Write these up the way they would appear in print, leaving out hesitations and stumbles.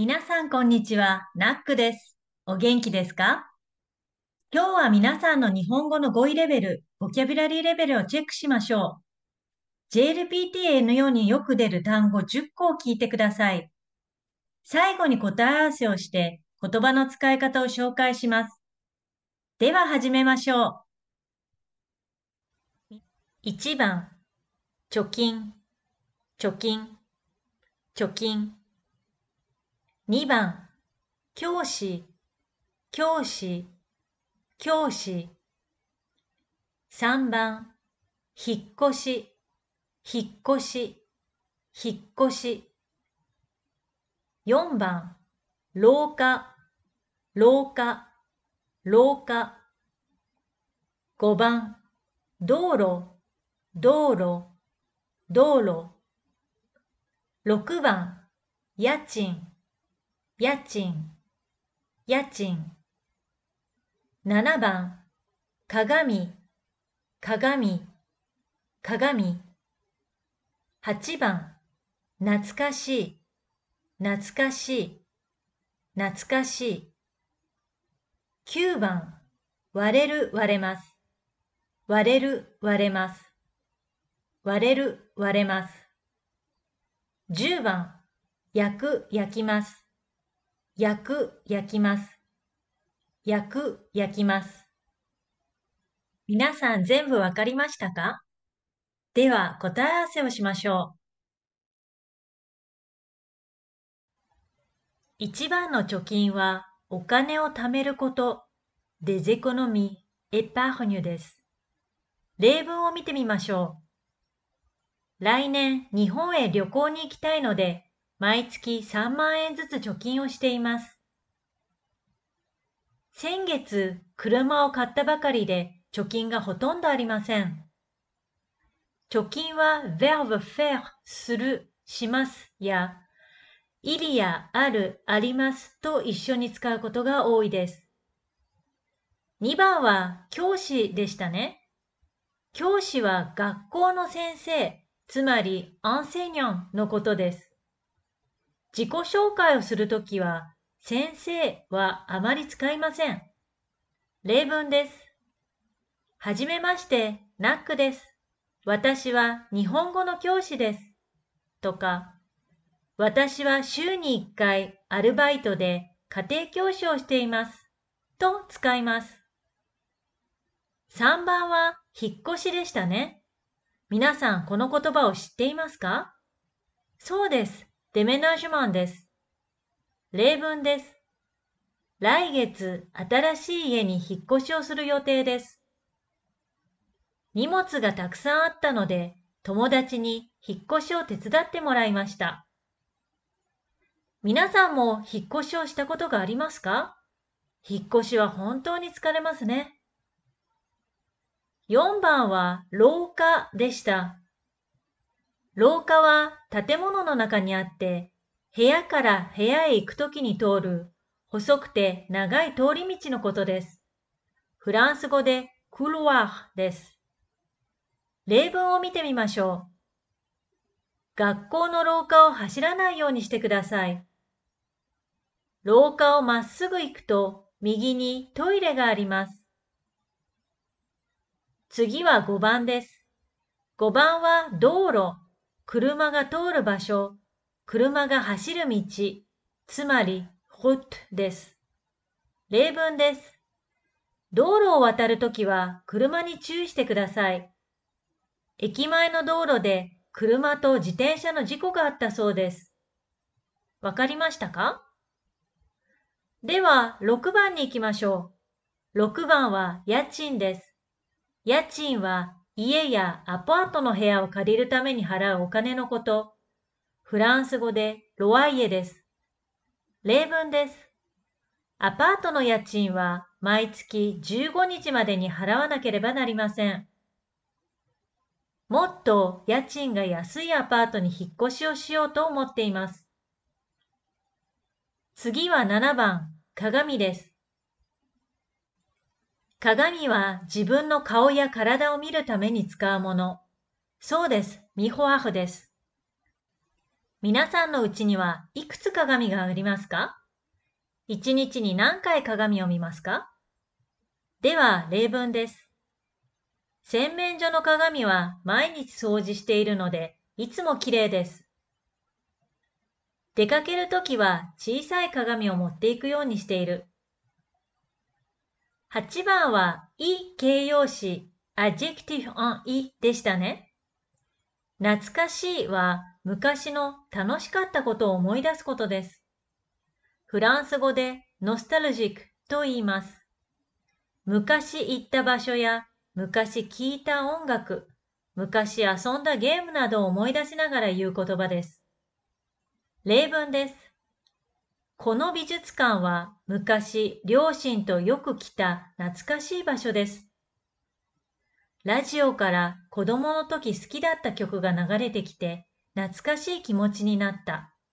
皆さん、こんにちは。ナックです。お元気ですか？今日は皆さんの日本語の語彙レベル、ボキャブラリーレベルをチェックしましょう。JLPTA のようによく出る単語10個を聞いてください。最後に答え合わせをして言葉の使い方を紹介します。では始めましょう。1番、貯金、貯金、貯金。2番、教師、教師、教師。3番、引っ越し、引っ越し、引っ越し。4番、廊下、廊下、廊下。5番、道路、道路、道路。6番、家賃、家賃、家賃。7番、鏡、鏡、鏡。8番、懐かしい、懐かしい、懐かしい。9番、割れる、割れます。割れる、割れます。割れる、割れます。10番、焼く、焼きます。焼く、焼きます。焼く、焼きます。皆さん全部わかりましたか？では答え合わせをしましょう。1番の貯金はお金を貯めること、des économies、épargne です。例文を見てみましょう。来年日本へ旅行に行きたいので、毎月3万円ずつ貯金をしています。先月、車を買ったばかりで貯金がほとんどありません。貯金は verbe faire する、しますや、いりやある、ありますと一緒に使うことが多いです。2番は教師でしたね。教師は学校の先生、つまり enseignant のことです。自己紹介をするときは、先生はあまり使いません。例文です。はじめまして、ナックです。私は日本語の教師です。とか、私は週に1回アルバイトで家庭教師をしています。と使います。3番は引っ越しでしたね。皆さんこの言葉を知っていますか？そうです。デメナージュマンです。例文です。来月新しい家に引っ越しをする予定です。荷物がたくさんあったので、友達に引っ越しを手伝ってもらいました。皆さんも引っ越しをしたことがありますか？引っ越しは本当に疲れますね。4番は廊下でした。廊下は建物の中にあって、部屋から部屋へ行くときに通る細くて長い通り道のことです。フランス語でクルワーです。例文を見てみましょう。学校の廊下を走らないようにしてください。廊下をまっすぐ行くと右にトイレがあります。次は5番です。5番は道路、車が通る場所、車が走る道、つまり route です。例文です。道路を渡るときは車に注意してください。駅前の道路で車と自転車の事故があったそうです。わかりましたか？では、6番に行きましょう。6番は家賃です。家賃は家やアパートの部屋を借りるために払うお金のこと。フランス語でロワイエです。例文です。アパートの家賃は毎月15日までに払わなければなりません。もっと家賃が安いアパートに引っ越しをしようと思っています。次は7番、鏡です。鏡は自分の顔や体を見るために使うもの。そうです。ミホアフです。 皆さんのうちにはいくつ鏡がありますか？一日に何回鏡を見ますか？では、例文です。洗面所の鏡は毎日掃除しているので、いつもきれいです。出かけるときは小さい鏡を持っていくようにしている。8番は、い形容詞、adjective en i でしたね。懐かしいは、昔の楽しかったことを思い出すことです。フランス語でノスタルジックと言います。昔行った場所や昔聴いた音楽、昔遊んだゲームなどを思い出しながら言う言葉です。例文です。この美術館は昔両親とよく来た懐かしい場所です。ラジオから子供の時好きだった曲が流れてきて懐かしい気持ちになった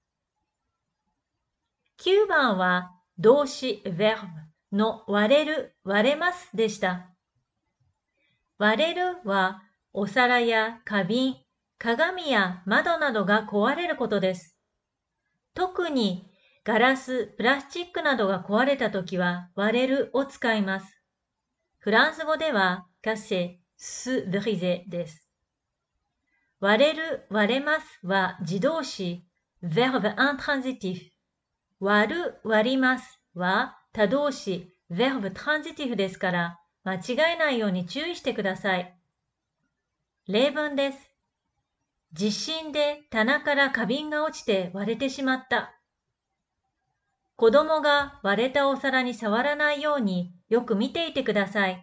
。9番は動詞 verb の割れる、割れますでした。割れるはお皿や花瓶、鏡や窓などが壊れることです。特にガラス、プラスチックなどが壊れたときは割れるを使います。フランス語ではcasser, se briser です。割れる、割れますは自動詞 verbe intransitif。割る、割りますは他動詞 verbe transitif ですから間違えないように注意してください。例文です。地震で棚から花瓶が落ちて割れてしまった。子供が割れたお皿に触らないようによく見ていてください。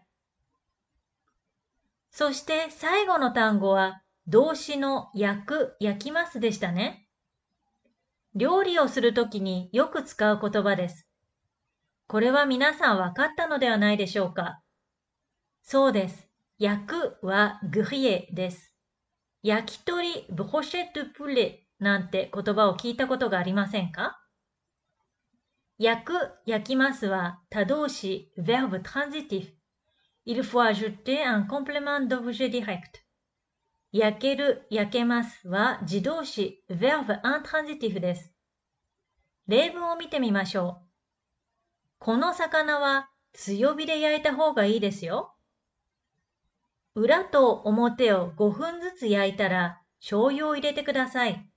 そして最後の単語は動詞の焼く、焼きますでしたね。料理をするときによく使う言葉です。これは皆さん分かったのではないでしょうか。そうです。焼くはグリエです。焼き鳥、ブロシェットプレなんて言葉を聞いたことがありませんか？焼く、焼きますは他動詞 verbe transitif。Il faut ajouter un complément d'objet direct。焼ける、焼けますは自動詞 verbe intransitif です。例文を見てみましょう。この魚は強火で焼いた方がいいですよ。裏と表を5分ずつ焼いたら醤油を入れてください。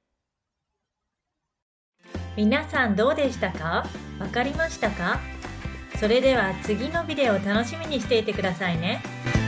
皆さんどうでしたか？わかりましたか？それでは次のビデオを楽しみにしていてくださいね。